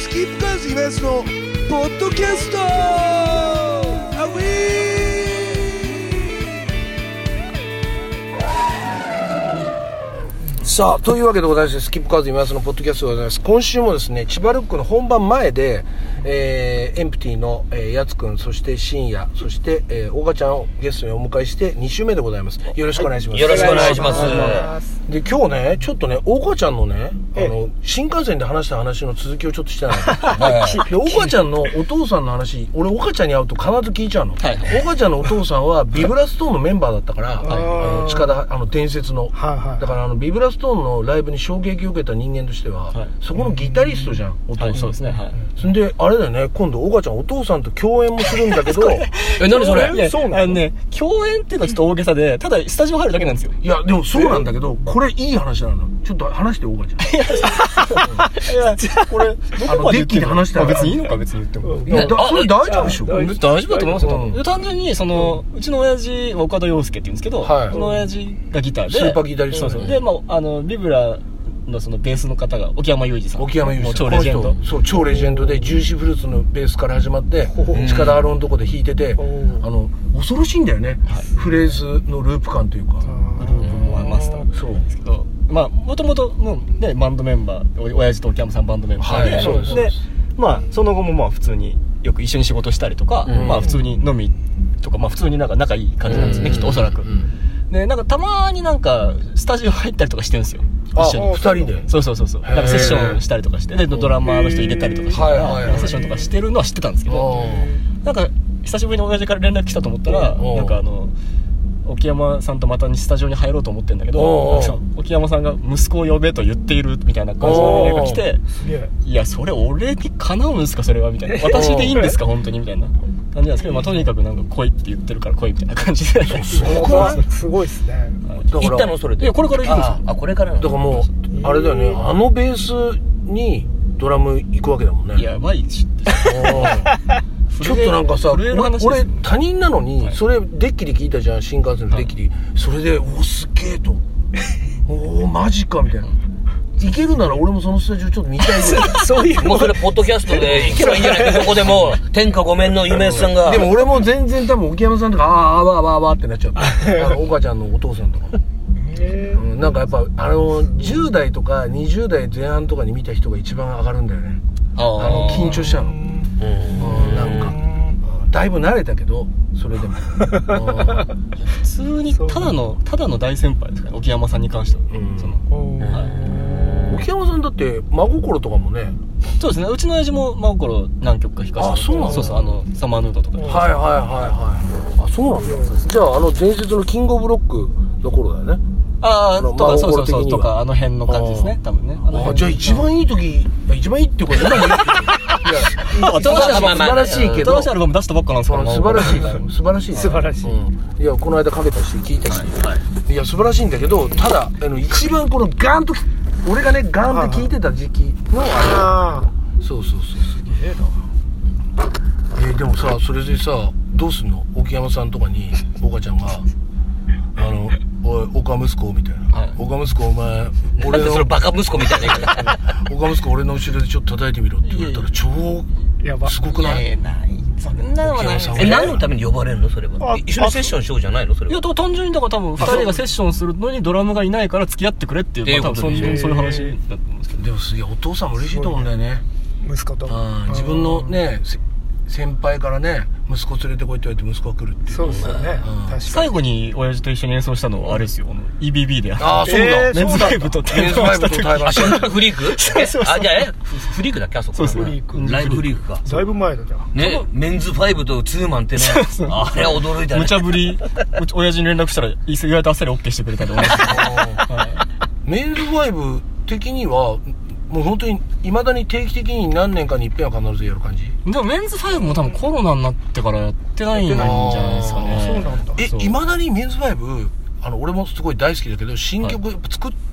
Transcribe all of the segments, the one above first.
スキップカーズイベントのポッドキャストアウィー。さあというわけでございまして、スキップカーズイベントのポッドキャストでございます。今週もですね、千葉ルックの本番前で、エンプティの、やつくん、そして深夜、そして、オガちゃんをゲストにお迎えして2週目でございます。よろしくお願いします。 よろしくお願いします。 で今日ね、ちょっとね、オガちゃんのね、新幹線で話した話の続きをちょっとしてないで、オガちゃんのお父さんの話、俺オガちゃんに会うと必ず聞いちゃうの。オガちゃんのお父さんはビブラストーンのメンバーだったから、近田伝説の、だからビブラストーンのライブに衝撃を受けた人間としては、そこのギタリストじゃん、お父さん。そうですね。そんであれだよね、今度オガちゃんお父さんと共演もするんだけど何それ。 いや、そうなのね、共演っていうのはちょっと大げさで、ただスタジオ入るだけなんですよ。 いやでもそうなんだけど、これいい話なの。ちょっと話してオガちゃん。 いやこれどこまで言ってデッキで話したら別にいいのか、別に言っても。 いやそれ大丈夫でしょ。 大丈夫だと思いますよ、多分。単純にうちの親父岡田洋介って言うんですけど、その親父がギターでスーパーギタリストで、ビブラのそのベースの方が沖山裕二さん。 沖山裕二さん、 超レジェンド。 そう、超レジェンドでジューシーフルーツのベースから始まって近田アローのとこで弾いてて、恐ろしいんだよね、フレーズのループ感というか。 ループもマスターなんですけど、もともとのねバンドメンバー、親父と沖山さんバンドメンバーで、でその後も普通によく一緒に仕事したりとか、普通に飲みとか、普通に仲いい感じなんですね、きっとおそらく。でたまにスタジオ入ったりとかしてるんですよ、一緒に。 2人で。 そうセッションしたりとかして、でドラマーの人入れたりとかして、セッションとかしてるのは知ってたんですけど、久しぶりに親父から連絡来たと思ったら、沖山さんとまたスタジオに入ろうと思ってるんだけど、沖山さんが息子を呼べと言っているみたいな感じの連絡が来て、いやそれ俺にかなうんですかそれはみたいな、私でいいんですか本当にみたいな感じなんですけど、とにかく来いって言ってるから来いみたいな感じで。 すごいっすね。 行ったのそれで。 いやこれから行くんですよ。 これから。 だからもうあれだよね、ベースにドラム行くわけだもんね。 やばいしちょっとさ、俺他人なのに、それデッキで聞いたじゃん、新幹線のデッキで、それですげえとマジかみたいな。行けるなら俺もそのスタジオちょっと見たいぐらい。 そういうもうそれポッドキャストで行けばいいんじゃないか。ここでもう天下ごめんの夢さんが。 でも俺も全然多分沖山さんとかわーってなっちゃう。岡ちゃんのお父さんとか。なんかやっぱ10代とか20代前半とかに見た人が一番上がるんだよね。緊張しちゃうの。なんかだいぶ慣れたけど、それでも普通にただの大先輩ですかね、沖山さんに関しては。 沖山さんだって真心とかもね。 そうですね、うちの親父も真心何曲か弾かせて。そうサマーヌードとか。 そうなんだ。じゃあ伝説のキングオブロックの頃だよね。 とかそうとか辺の感じですね、多分ね。 じゃあ一番いい時、一番いいっていうか、今もいいっていう素晴らしいけど、 新しいアルバム出したばっかなんですから。 素晴らしい。いやこの間かけたし聞いたし、いや素晴らしいんだけど、ただ一番このガーンと俺がねガーンって聞いてた時期のそうすげえな。でもさ、それでさどうすんの、沖山さんとかに岡ちゃんがおい岡息子みたいな、岡息子お前俺のそれバカ息子みたいな岡息子俺の後ろでちょっと叩いてみろって言われたら超すごくない？ そんなのはない。 何のために呼ばれるのそれは。一緒にセッションしようじゃないのそれは。 いや単純にだから多分2人がセッションするのにドラムがいないから付き合ってくれっていう、多分そういう話だと思うんですけど。 でもすげえお父さんも嬉しいと思うんだよね、 息子と。 自分のね先輩からね、息子連れてこいって言われて息子が来るっていう。 そうですよね。確かに。 最後に親父と一緒に演奏したのはあれですよ、EBB で。 そうだ。 メンズファイブと対バンした時。 フリーク？じゃあフリークだっけ、あそこ。 そうですね。 ライブフリークか。 だいぶ前だじゃん。 ね、メンズファイブとツーマンってね。あれは驚いたね。 無茶ぶり、親父に連絡したら意外とあっさり OK してくれたと思います。 メンズファイブ的にはもう本当に未だに定期的に何年かに一遍は必ずやる感じ。 でもメンズファイブも多分コロナになってからやってないんじゃないですかね。 そうなんだ。 未だにメンズファイブ俺もすごい大好きだけど新曲作ってる。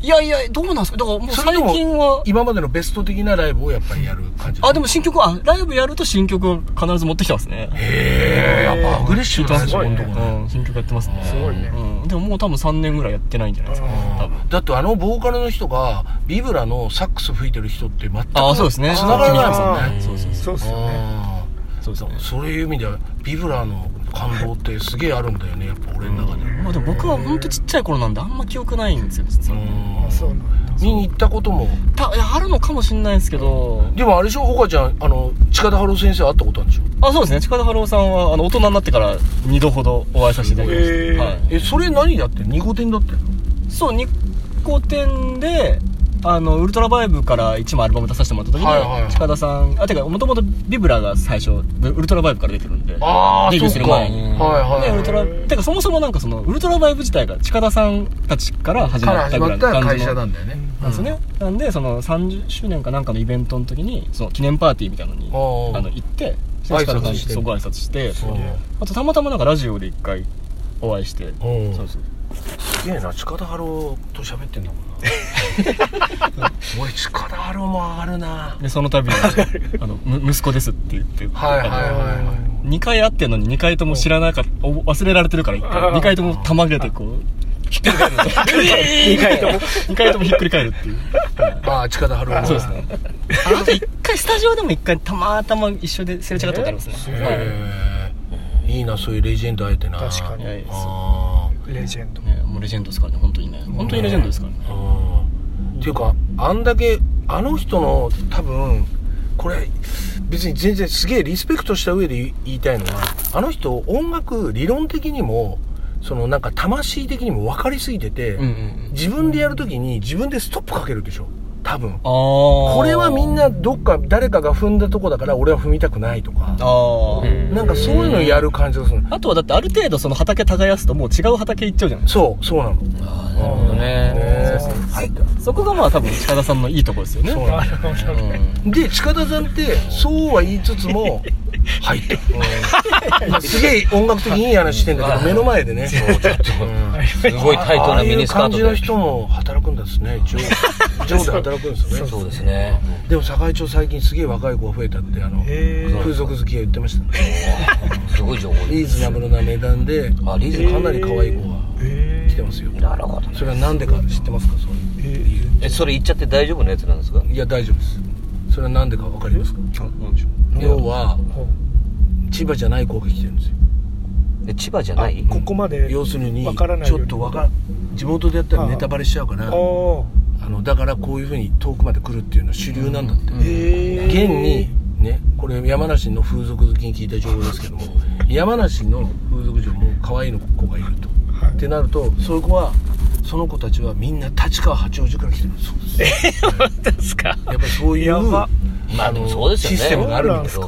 いやいや、どうなんですか。だからもう最近は今までのベスト的なライブをやっぱりやる感じ。 でも新曲はライブやると新曲を必ず持ってきてますね。 へえ、やっぱアグレッシブなんですよ。 新曲やってますね。 すごいね。 でももう多分3年ぐらいやってないんじゃないですか。多分。 だってボーカルの人がビブラのサックス吹いてる人って全くそうですね。 繋がらないもんね。 そうですよね。 そういう意味ではビブラの感動ってすげえあるんだよね、やっぱ俺の中で。 でも僕は本当ちっちゃい頃なんであんま記憶ないんですよ、実は。 そうなんだ。 見に行ったこともあるのかもしれないですけど。 でもあれでしょ、岡ちゃん近田春夫先生会ったことあるんでしょ。 そうですね。近田春夫さんは大人になってから2度ほどお会いさせていただきました。 それ何やってんの？ニコテンだってんの？ そう、ニコテンでウルトラバイブから1枚アルバム出させてもらった時に、近田さん、てか、もともとビブラが最初、ウルトラバイブから出てるんで、デビューする前に。てか、そもそもなんかウルトラバイブ自体が近田さんたちから始まったぐらいの感じの会社なんだよね。 なんですね。なんで、30周年かなんかのイベントの時に、記念パーティーみたいなのに、行って、近田さんにすごい挨拶して、あとたまたまなんかラジオで一回お会いして、そうそう。 すげえな、近田春夫と喋ってんだもんな。俺近田春夫も上がるな。 でその度に息子ですって言って2回会ってんのに2回とも知らなかった、忘れられてるから2回とも玉げてこうひっくり返る2回ともひっくり返るっていう。 近田春夫。 そうですね。あと1回スタジオでも1回たまたま一緒ですれ違ったことありますね。 いいな、そういうレジェンド会えてな。 確かに。レジェンド。 もうレジェンドですからね、本当にね。本当にレジェンドですからね。 っていうか、あんだけあの人の多分これ別に全然すげえリスペクトした上で言いたいのは、あの人音楽理論的にもなんか魂的にも分かりすぎてて、自分でやるときに自分でストップかけるでしょ多分。これはみんなどっか誰かが踏んだとこだから俺は踏みたくないとか、なんかそういうのやる感じがする。 あとはだってある程度畑耕すともう違う畑行っちゃうじゃないですか。そうなの。 なるほどね。 そこがまあ多分近田さんのいいところですよね。 そうなの。で近田さんってそうは言いつつも入った。すげえ音楽的にいい話してんだけど目の前でね。 ちょっとすごいタイトなミニスカートで。 ああいう感じの人も働くんですね。上で働くんですよね。 そうですね。 でも堺町最近すげえ若い子が増えたって風俗好きが言ってましたね。 すごい情報。 リーズナブルな値段でかなり可愛い子が来てますよ。 なるほど。 それはなんでか知ってますか？そういう理由。 それ言っちゃって大丈夫なやつなんですか？ いや大丈夫です。それはなんでかわかりますか？要は千葉じゃない子が来てるんですよ。 千葉じゃない？ ここまで要するにちょっと地元でやったらネタバレしちゃうから、だからこういうふうに遠くまで来るっていうのは主流なんだって。現にね、これ山梨の風俗好きに聞いた情報ですけども、山梨の風俗嬢も可愛い子がいると、ってなると、そういう子はその子たちはみんな立川八王子から来てるそうです。 本当ですか？ やっぱりそういうまあでもそうですよね。 システムがあるんですか。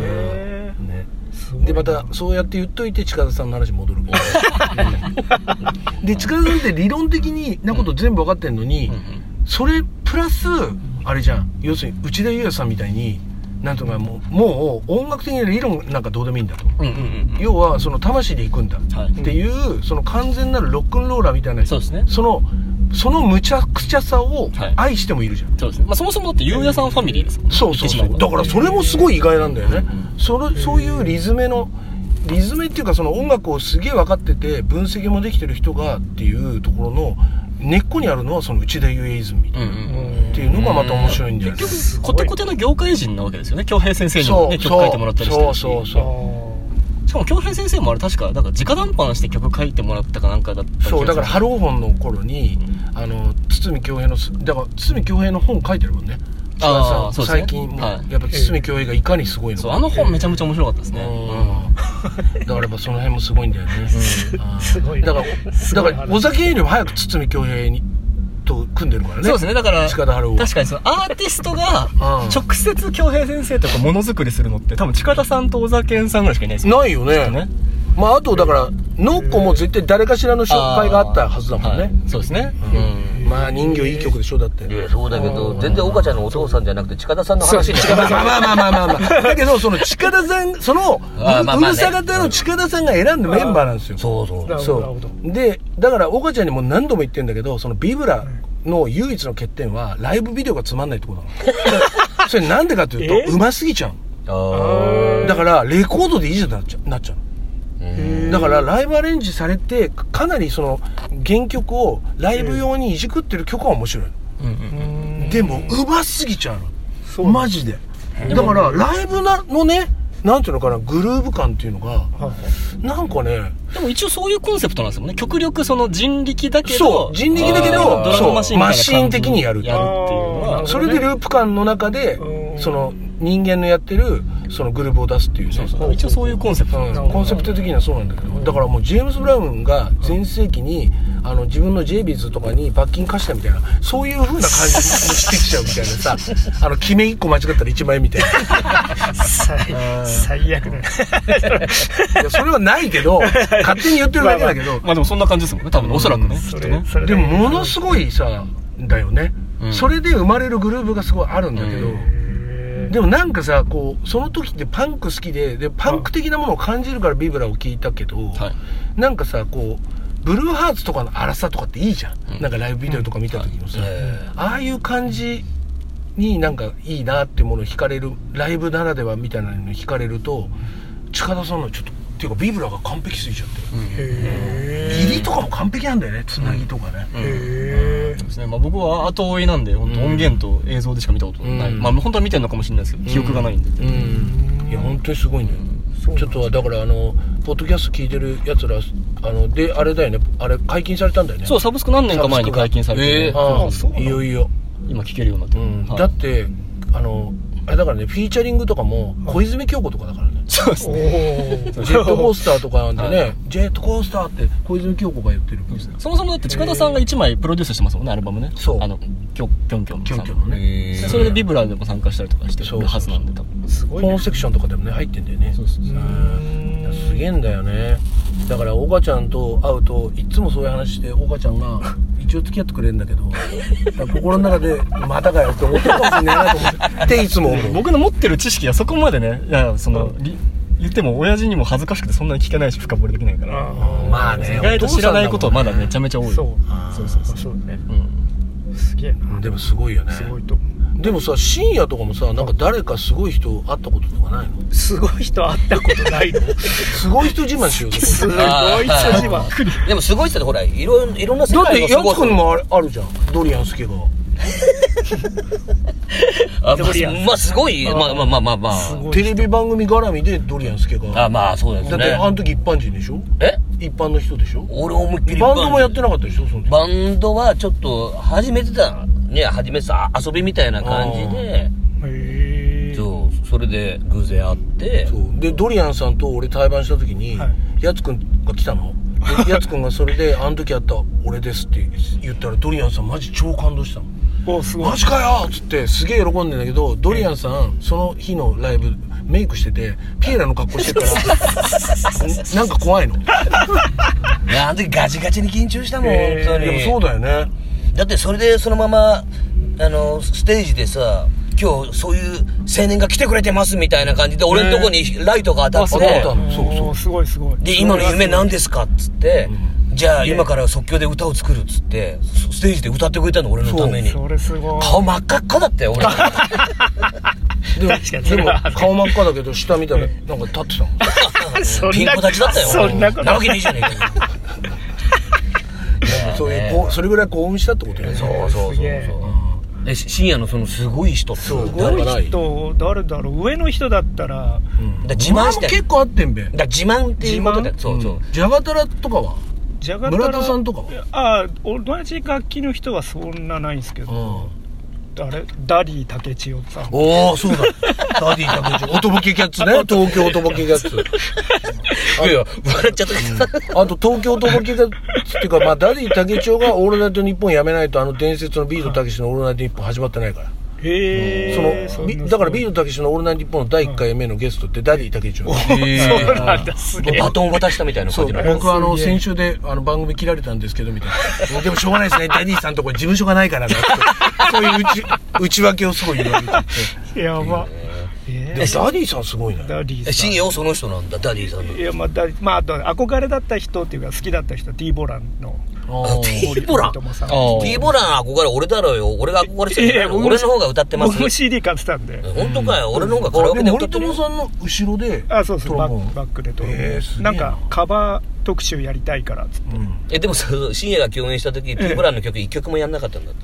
でまたそうやって言っといて近田さんの話戻るけどで近田さんって理論的になこと全部分かってんのに、それプラスあれじゃん、要するに内田裕也さんみたいになんとかもう音楽的な理論なんかどうでもいいんだと、要はその魂で行くんだっていう、その完全なるロックンローラーみたいな人、その無茶苦茶さを愛してもいるじゃん。 そうですね。まあそもそもだって裕也さんファミリーですもんね。 そうだからそれもすごい意外なんだよね。そういうリズメっていうか、その音楽をすげえ分かってて分析もできてる人がっていうところの根っこにあるのはその内田裕也イズムみたいなっていうのがまた面白いんだよね。 結局コテコテの業界人なわけですよね。京平先生にもね曲書いてもらったりしてるし。しかも京平先生もあれ確か直談判して曲書いてもらったかなんかだった。 そうだからハロー本の頃に堤恭平の本書いてるもんね。最近もやっぱ堤恭平がいかにすごいのか。 あの本めちゃめちゃ面白かったですね。 だからやっぱその辺もすごいんだよね。すごい。だから尾崎よりも早く堤恭平と組んでるからね。 そうですね。だから近田春夫確かにそのアーティストが直接京平先生とかものづくりするのって多分近田さんと尾崎健さんぐらいしかいないですよ。 ないよね。まああとだからノッコも絶対誰かしらの紹介があったはずだもんね。 そうですね。 まあ人魚いい曲でしょだって。 いやそうだけど全然岡ちゃんのお父さんじゃなくて近田さんの話にまあだけどその近田さんうるさ型の近田さんが選んだメンバーなんですよ。そうでだから岡ちゃんにも何度も言ってんだけど、そのビブラの唯一の欠点はライブビデオがつまんないってことなの。それなんでかっていうとうますぎちゃう。だからレコードでいいじゃんなっちゃうの。だからライブアレンジされてかなりその原曲をライブ用にいじくってる曲は面白いの。でもうますぎちゃうの。マジで。だからライブのね、なんていうのかな、グルーヴ感っていうのが、なんかね。 でも一応そういうコンセプトなんですよね。極力その人力だけど、 そう、人力だけど、 ドラムマシンみたいなマシン的にやるっていうのは、 それでループ感の中で、その人間のやってるそのグルーヴを出すっていうね。 一応そういうコンセプトなんですよ。 コンセプト的にはそうなんだけど、だからもうジェームス・ブラウンが全盛期に自分の J ビーズとかに罰金貸したみたいな、そういう風な感じにしてきちゃうみたいなさ、決め1個間違ったら1万円みたいな。 最悪だね。 いやそれはないけど、勝手に言ってるだけだけど、 まあでもそんな感じですもんね、多分おそらくね、きっとね。 でもものすごいさだよね、それで生まれるグルーヴがすごいあるんだけど、でもなんかさ、こうその時ってパンク好きでパンク的なものを感じるからビブラを聞いたけど、なんかさ、こうブルーハーツとかの荒さとかっていいじゃん、なんかライブビデオとか見た時のさ、ああいう感じになんかいいなってものを惹かれる、ライブならではみたいなのに惹かれると、近田さんのちょっとっていうかビブラが完璧すぎちゃって、入りとかも完璧なんだよね、つなぎとかね。 そうですね。まあ僕は後追いなんで、本当音源と映像でしか見たことない。まあ本当は見てるのかもしれないですけど、記憶がないんで。 いや本当にすごいね。ちょっとだからポッドキャスト聞いてるやつらであれだよね、あれ解禁されたんだよね。 そう、サブスク何年か前に解禁されて、 いよいよ今聴けるようになって、 だってあれだからね、フィーチャリングとかも小泉京子とかだからね。 そうですね。 ジェットコースターとかなんでね、ジェットコースターって小泉京子が言ってる。 そもそもだって近田さんが1枚プロデュースしてますもんね、アルバムね。 そう。 キョンキョンのね。 それでビブラでも参加したりとかしてるはずなんで、多分。 すごい。コーンセクションとかでもね入ってんだよね。そうそうそう。すげえんだよね。だからオカちゃんと会うといつもそういう話して、オカちゃんが一応付き合ってくれるんだけど、心の中でまたかよって思ってるかもしれないなと思っていつも思う。 僕の持ってる知識はそこまでね、いや言っても親父にも恥ずかしくてそんなに聞けないし深掘りできないから、 まあね、 意外と知らないことはまだめちゃめちゃ多い。そうね。すげえな。 でもすごいよね。 すごいと思う。 でもさ、深夜とかもさ、なんか誰かすごい人会ったこととかないの？ すごい人会ったことないの？ すごい人自慢しよう。 すごい人自慢。 でもすごい人ってほら、いろんな世界のすごい。 だってやつくんもあるじゃん、ドリアンスケが。 まあすごい、まあテレビ番組絡みでドリアンスケが。 まあそうですね。 だってあの時一般人でしょ？一般の人でしょ？ 俺思いっきりバンドもやってなかったでしょ？その時バンドはちょっと始めてた遊びみたいな感じで、それで偶然会って、 でドリアンさんと俺対バンした時に、やつくんが来たの。やつくんがそれであの時会った俺ですって言ったら、ドリアンさんマジ超感動したの。マジかよっつってすげえ喜んでんだけど、ドリアンさんその日のライブメイクしててピエラの格好してるからなんか怖いの。いや、あの時ガチガチに緊張したもん、本当に。 でもそうだよね。 だってそれでそのままステージでさ、今日そういう青年が来てくれてますみたいな感じで俺のとこにライトが当たって、 そうすごいすごい。 で今の夢何ですかっつって、じゃあ今から即興で歌を作るっつってステージで歌ってくれたの、俺のために。 それすごい。 顔真っ赤っかだったよ俺。 でも顔真っ赤だけど下見たらなんか立ってたの。ピンク立ちだったよ。 そんなことなわけねえじゃねえか。 それぐらい興奮したってことね。 そう深夜のそのすごい人ってすごい人誰だろう。上の人だったら自慢して結構あってんべ。 自慢っていうことで。そうジャガタラとかは村田さんとかは同じ楽器の人はそんなないんですけど、ダディ竹千代さん。 おお、そうだ。ダディ竹千代。おとぼけキャッツね。東京おとぼけキャッツ。 いや笑っちゃった。 あと東京おとぼけキャッツっていうか、まあダディ竹千代がオールナイトニッポンやめないと伝説のビートたけしのオールナイトニッポン始まってないから。だからビートたけしのオールナイトニッポンの第1回目のゲストってダディ竹千代。 そうなんだ。すげえ。 バトンを渡したみたいな感じなの。 僕先週で番組切られたんですけどみたいな。でもしょうがないですね。ダディさんとこ事務所がないからなって。そういう内訳をすごい言われて。 やば。 でもダディさんすごいね。 深夜はその人なんだ、ダディさんの。 いや、あと憧れだった人っていうか好きだった人、Tボランの T ボラン T ボラン憧れ俺だろうよ。俺が憧れてる。俺の方が歌ってます。 僕も CD 買ってたんで。 本当かよ。俺の方がカラオケで歌ってる。 森友さんの後ろでそうそう、バックでトロンボーン。なんかカバー特集やりたいからっつって。 でも深夜が共演した時 T ボランの曲1曲もやんなかったんだって。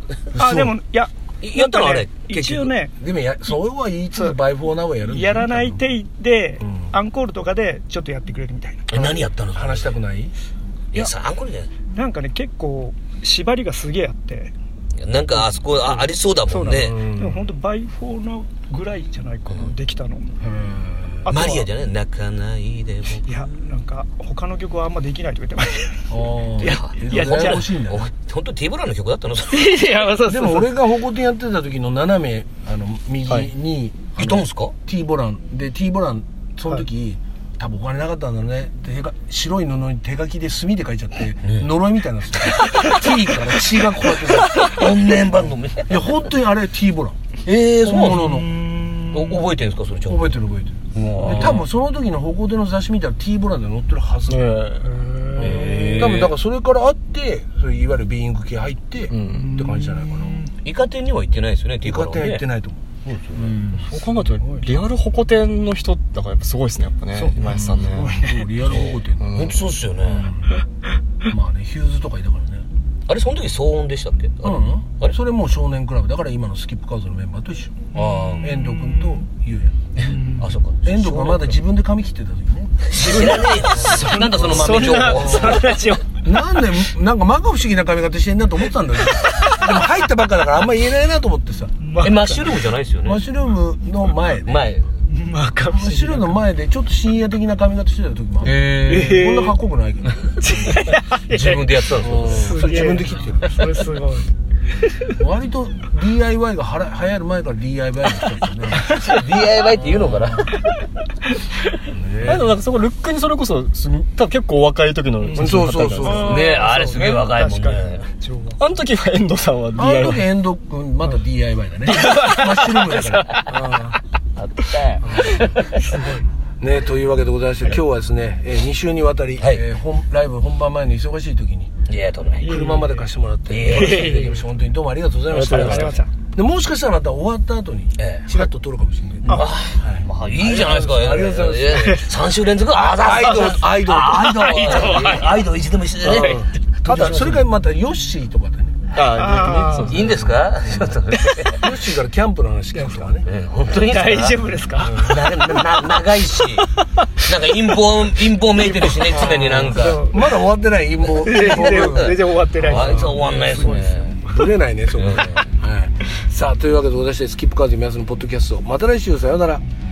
でもやったのあれ一応ね。 でもそれは言いつつバイフォーナウやるんだ。 やらない手でアンコールとかでちょっとやってくれるみたいな。 何やったの？ 話したくない？ いやさ、アンコールでなんかね、結構縛りがすげえあって、 なんかあそこありそうだもんね。 でも本当バイフォーナぐらいじゃないかな、できたの。 マリアじゃない？泣かないで僕。 いや、なんか他の曲はあんまできないとか言ってました。 いや、じゃあ欲しいんだ。 本当 T ボランの曲だったの？ いや、そう。 でも俺がホコ天やってた時の斜め右にいたんすか？ T ボランで T ボランその時多分お金なかったんだろうね。白い布に手書きで墨で書いちゃって呪いみたいな T から血がこうやって怨念番組。いや本当にあれ T ボラン。 そうなの。覚えてるんですかそれ？ 覚えてる。多分その時のホコ天の雑誌見たら T ボランで載ってるはず。多分だからそれからあってそれいわゆるビーイング系入ってって感じじゃないかな。 イカ天には行ってないですよね。 イカ天は行ってないと思う。 そう考えるとリアルホコ天の人だからやっぱすごいですね、やっぱね、今井さんね。 リアルホコ天本当そうっすよね。 まあね、ヒューズとかいたからね。 あれその時騒音でしたっけ？ あれそれもう少年クラブだから今のスキップカーズのメンバーと一緒。遠藤君とゆうや。 あ、そっか。 遠藤君はまだ自分で髪切ってた時ね。 知らねえよ。なんだその豆情報。 なんでなんか摩訶不思議な髪型してんなと思ってたんだけど。でも入ったばっかだからあんま言えないなと思ってさ。 マッシュルームじゃないですよね。 マッシュルームの前。マッシュルームの前でちょっと深夜的な髪型してた時もある。こんなかっこよくないけど。 自分でやったんですよ。 自分で切ってる。 それすごい。 割と DIY が流行る前から DIY が来たんですよね。 DIY って言うのかな。 でもなんかそこルックにそれこそ多分結構お若い時のそうね、あれすげえ若いもんね。 あの時は遠藤さんは DIY。あの時遠藤君まだ DIY だね。マッシュルームだから。 あったよ。 すごい。ね、というわけでございまして今日はですね、2週にわたり、ライブ本番前の忙しい時に車まで貸してもらって本当にどうもありがとうございました。でもしかしたらまた終わった後にチラッと撮るかもしれない。 まあいいじゃないですか。 ありがとうございます。 3週連続アイドルいつでも一緒でね。 ただそれからまたヨッシーとかでね。 いいんですか？ちょっとヨッシーからキャンプの話聞くとかね。 本当に大丈夫ですか？ 長いし、なんか陰謀めいてるしね、常になんか。 まだ終わってない陰謀。 全然終わってない。 あいつは終わんないですね。 ぶれないねそこ。さあというわけでございましてスキップカーズ皆さんのポッドキャストまた来週さようなら。